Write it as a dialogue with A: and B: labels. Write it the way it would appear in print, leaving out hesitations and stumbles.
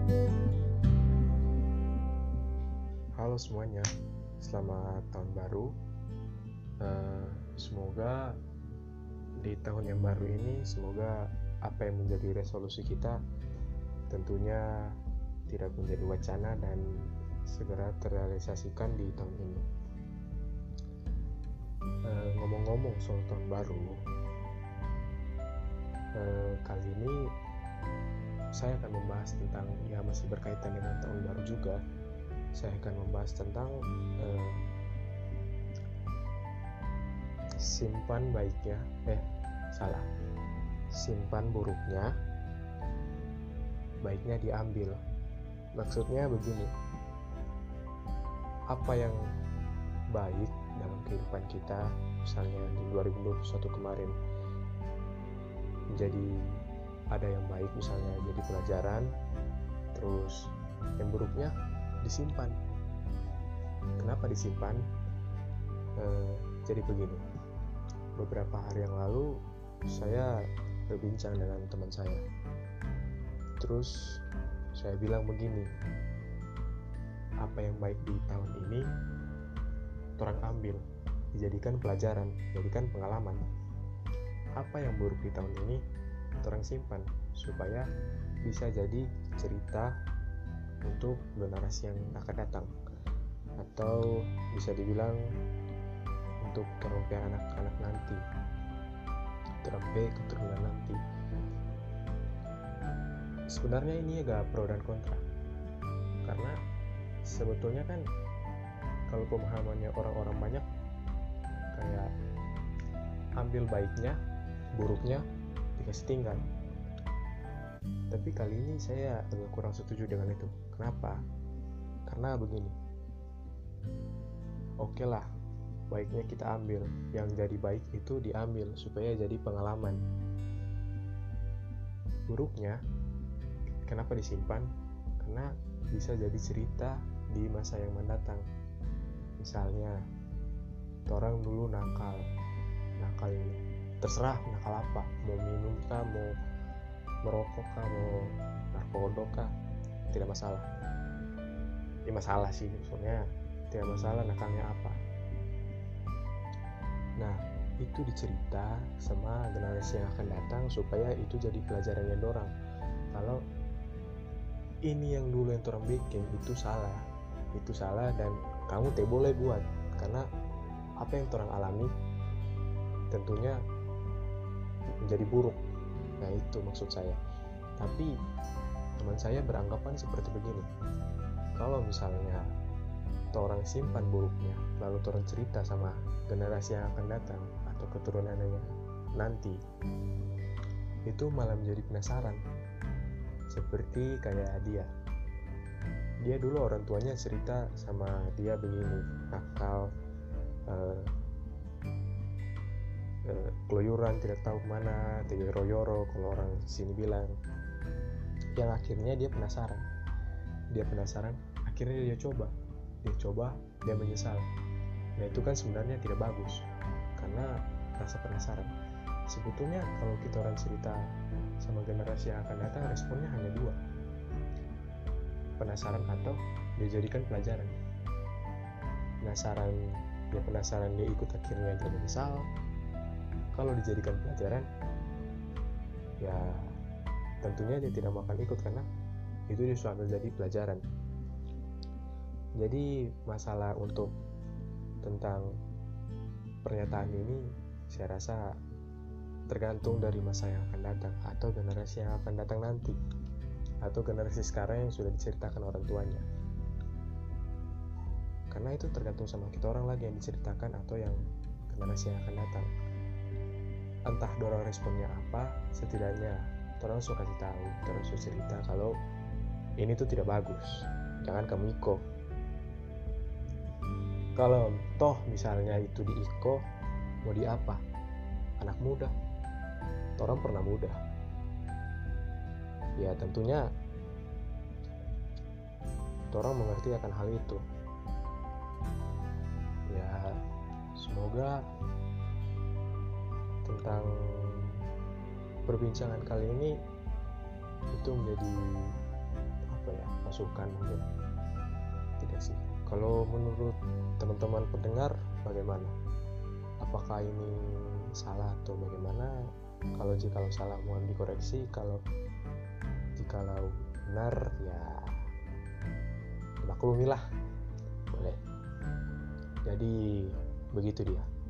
A: Halo semuanya, selamat tahun baru. Semoga di tahun yang baru ini, semoga apa yang menjadi resolusi kita tentunya tidak menjadi wacana dan segera terrealisasikan di tahun ini. Ngomong-ngomong soal tahun baru, kali ini saya akan membahas tentang, masih berkaitan dengan tahun baru juga. Saya akan membahas tentang simpan buruknya, baiknya diambil. Maksudnya begini, apa yang baik dalam kehidupan kita, misalnya di 2021 kemarin, menjadi ada yang baik, misalnya jadi pelajaran, terus yang buruknya disimpan. Kenapa disimpan? Jadi begini, beberapa hari yang lalu saya berbincang dengan teman saya, terus saya bilang begini, apa yang baik di tahun ini orang ambil, dijadikan pelajaran, jadikan pengalaman. Apa yang buruk di tahun ini orang simpan supaya bisa jadi cerita untuk generasi yang akan datang, atau bisa dibilang untuk terompe anak-anak nanti, terompe keturunan nanti. Sebenarnya ini agak pro dan kontra, karena sebetulnya kan kalau pemahamannya orang-orang banyak kayak ambil baiknya, buruknya dikasih tinggal. Tapi kali ini saya agak kurang setuju dengan itu. Kenapa? Karena begini, oke lah, baiknya kita ambil, yang jadi baik itu diambil supaya jadi pengalaman. Buruknya kenapa disimpan? Karena bisa jadi cerita di masa yang mendatang. Misalnya orang dulu nakal ini, terserah nakal apa, mau minum kah, mau merokok kah, mau narkoba kah, tidak masalah. Masalah sih, maksudnya tidak masalah nakalnya apa. Nah, itu dicerita sama generasi yang akan datang supaya itu jadi pelajarannya dorang. Kalau ini yang dulu yang orang bikin itu salah dan kamu tidak boleh buat, karena apa yang orang alami tentunya menjadi buruk. Nah, itu maksud saya. Tapi teman saya beranggapan seperti begini, kalau misalnya orang simpan buruknya lalu orang cerita sama generasi yang akan datang atau keturunannya nanti, itu malah menjadi penasaran. Seperti kayak dia dulu orang tuanya cerita sama dia begini, nakal, keluyuran, tidak tahu kemana, tidak royoro kalau orang sini bilang. Yang akhirnya dia penasaran, akhirnya dia coba, dia menyesal. Nah, itu kan sebenarnya tidak bagus, karena rasa penasaran. Sebetulnya kalau kita orang cerita sama generasi yang akan datang, responnya hanya dua, penasaran atau dijadikan pelajaran. Penasaran dia ikut, akhirnya dia menyesal. Kalau dijadikan pelajaran, ya tentunya dia tidak akan ikut, karena itu dia sudah jadi pelajaran. Jadi masalah untuk tentang pernyataan ini, saya rasa tergantung dari masa yang akan datang, atau generasi yang akan datang nanti, atau generasi sekarang yang sudah diceritakan orang tuanya. Karena itu tergantung sama kita orang lagi yang diceritakan atau yang generasi yang akan datang. Entah dorang responnya apa, setidaknya orang suka kasih tahu, orang suka cerita kalau ini tuh tidak bagus, jangan kamu iko. Kalau toh misalnya itu di iko, mau di apa? Anak muda, orang pernah muda, ya tentunya orang mengerti akan hal itu. Ya, semoga tentang perbincangan kali ini itu menjadi masukan mungkin. Tidak sih. Kalau menurut teman-teman pendengar bagaimana? Apakah ini salah atau bagaimana? Jikalau salah mohon dikoreksi, jikalau benar ya maklumilah, boleh. Jadi begitu dia.